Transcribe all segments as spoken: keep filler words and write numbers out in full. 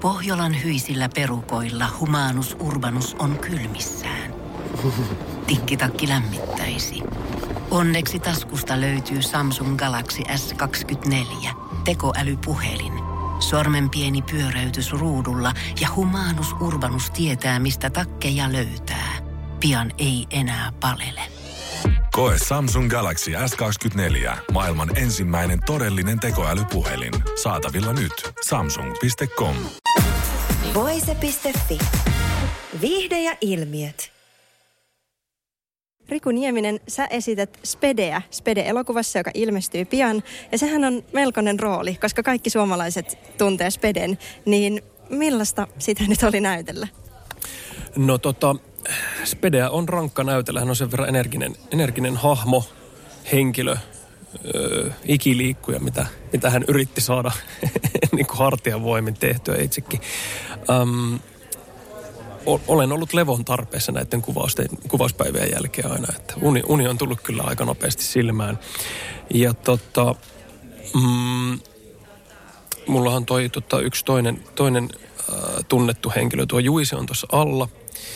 Pohjolan hyisillä perukoilla Humanus Urbanus on kylmissään. Tikkitakki lämmittäisi. Onneksi taskusta löytyy Samsung Galaxy S kaksikymmentäneljä, tekoälypuhelin. Sormen pieni pyöräytys ruudulla ja Humanus Urbanus tietää, mistä takkeja löytää. Pian ei enää palele. Koe Samsung Galaxy S kaksikymmentäneljä, maailman ensimmäinen todellinen tekoälypuhelin. Saatavilla nyt. samsung piste com. Voise piste fi. Viihde ja ilmiöt. Riku Nieminen, sä esität Spedeä Spede-elokuvassa, joka ilmestyy pian. Ja sehän on melkoinen rooli, koska kaikki suomalaiset tuntee Speden. Niin millaista sitä nyt oli näytellä? No tota, Spedeä on rankka näytellä. Hän on sen verran energinen, energinen hahmo, henkilö, öö, ikiliikkuja, mitä, mitä hän yritti saada niin kuin hartian voimin tehtyä itsekin. Öm, Olen ollut levon tarpeessa näiden kuvausten, kuvauspäivien jälkeen aina, että uni, uni on tullut kyllä aika nopeasti silmään. Ja tota, mm, mullahan toi tota, yksi toinen, toinen äh, tunnettu henkilö, tuo Juise on tuossa alla,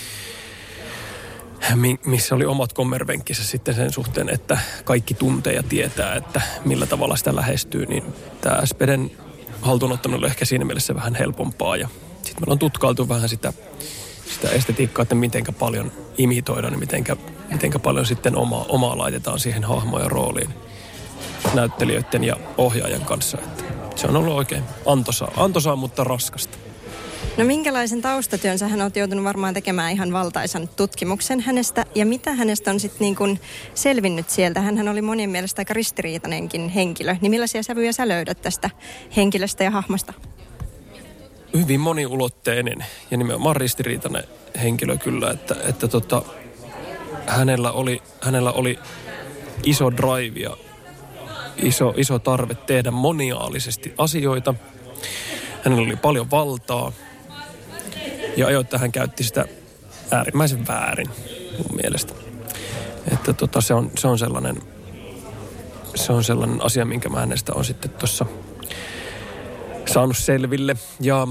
missä oli omat kommervenkkinsä sitten sen suhteen, että kaikki tuntee ja tietää, että millä tavalla sitä lähestyy, niin tämä Speden haltuunottaminen oli ehkä siinä mielessä vähän helpompaa. Ja sitten meillä on tutkailtu vähän sitä sitä estetiikkaa, että mitenkä paljon imitoidaan ja mitenkä, mitenkä paljon sitten omaa, omaa laitetaan siihen hahmoon ja rooliin näyttelijöiden ja ohjaajan kanssa. Että se on ollut oikein antoisaa, antoisaa, mutta raskasta. No minkälaisen taustatyön sähän oot joutunut varmaan tekemään ihan valtaisan tutkimuksen hänestä ja mitä hänestä on sitten niin kuin selvinnyt sieltä? Hänhän oli monien mielestä aika ristiriitainenkin henkilö. Niin millaisia sävyjä sä löydät tästä henkilöstä ja hahmosta? Hyvin moniulotteinen ja nimenomaan ristiriitainen henkilö kyllä, että, että tota, hänellä, oli, hänellä oli iso drive ja iso, iso tarve tehdä moniaalisesti asioita. Hänellä oli paljon valtaa ja ajoittain hän käytti sitä äärimmäisen väärin mun mielestä. Että tota, se, on, se, on sellainen, se on sellainen asia, minkä mä hänestä on sitten tuossa saanut selville. Ja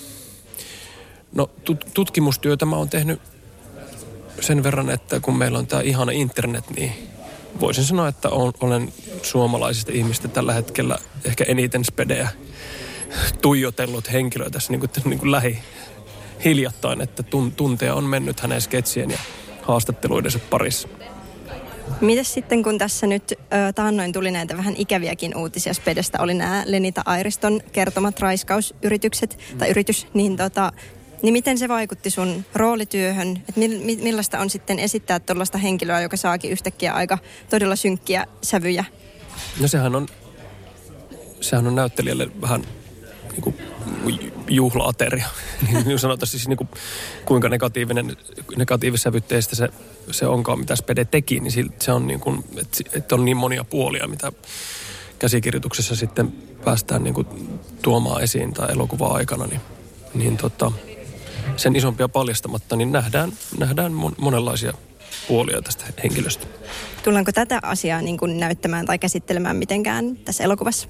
no, tut- tutkimustyötä mä oon tehnyt sen verran, että kun meillä on tää ihana internet, niin voisin sanoa, että on, olen suomalaisista ihmistä tällä hetkellä ehkä eniten Spedeä tuijotellut henkilö tässä niin kuin, niin kuin lähi hiljattain, että tun- tunteja on mennyt hänen sketsien ja haastatteluidensa parissa. Mitäs sitten, kun tässä nyt ö, taannoin tuli näitä vähän ikäviäkin uutisia Spedestä, oli nämä Lenita Airiston kertomat raiskausyritykset tai yritys, niin, tota, niin miten se vaikutti sun roolityöhön? Et mi, mi, millaista on sitten esittää tuollaista henkilöä, joka saakin yhtäkkiä aika todella synkkiä sävyjä? No sehän on, sehän on näyttelijälle vähän niin kuin juhla-ateria. Niin sanotaan siis niin kuin, kuinka negatiivinen, negatiivissävytteistä se, se onkaan, mitä Spede teki, niin se on niin kuin, että on niin monia puolia, mitä käsikirjoituksessa sitten päästään niin kuin tuomaan esiin tai elokuvan aikana, niin, niin tota, sen isompia paljastamatta, niin nähdään, nähdään monenlaisia puolia tästä henkilöstä. Tullaanko tätä asiaa niin kuin näyttämään tai käsittelemään mitenkään tässä elokuvassa?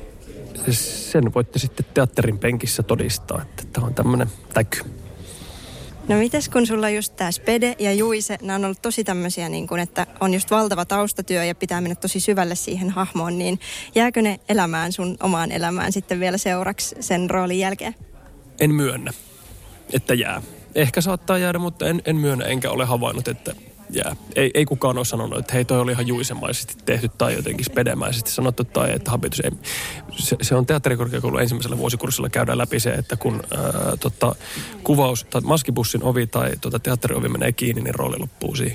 Sen voitte sitten teatterin penkissä todistaa, että tämä on tämmöinen täky. No mites kun sulla just tää Spede ja Juise, nämä on ollut tosi tämmöisiä niin kuin, että on just valtava taustatyö ja pitää mennä tosi syvälle siihen hahmoon, niin jääkö ne elämään sun omaan elämään sitten vielä seuraksi sen roolin jälkeen? En myönnä, että jää. Ehkä saattaa jäädä, mutta en, en myönnä enkä ole havainnut, että jää. Ei, ei kukaan ole sanonut, että hei, toi oli ihan juisemaisesti tehty tai jotenkin spedemäisesti sanottu tai että habitus ei. Se, se on teatterikorkeakoulun ensimmäisellä vuosikurssilla käydään läpi se, että kun ää, tota, kuvaus tai maskibussin ovi tai tota, teatteriovi menee kiinni, niin rooli loppuu siihen.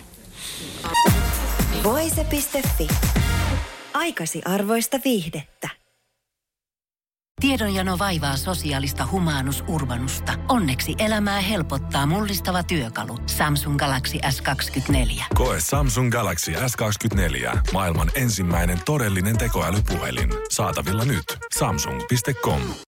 Voise piste fi. Aikasi arvoista viihdettä. Tiedonjano vaivaa sosiaalista Humanus Urbanusta. Onneksi elämää helpottaa mullistava työkalu. Samsung Galaxy S kaksikymmentäneljä. Koe Samsung Galaxy S kaksikymmentäneljä, maailman ensimmäinen todellinen tekoälypuhelin. Saatavilla nyt. samsung piste com.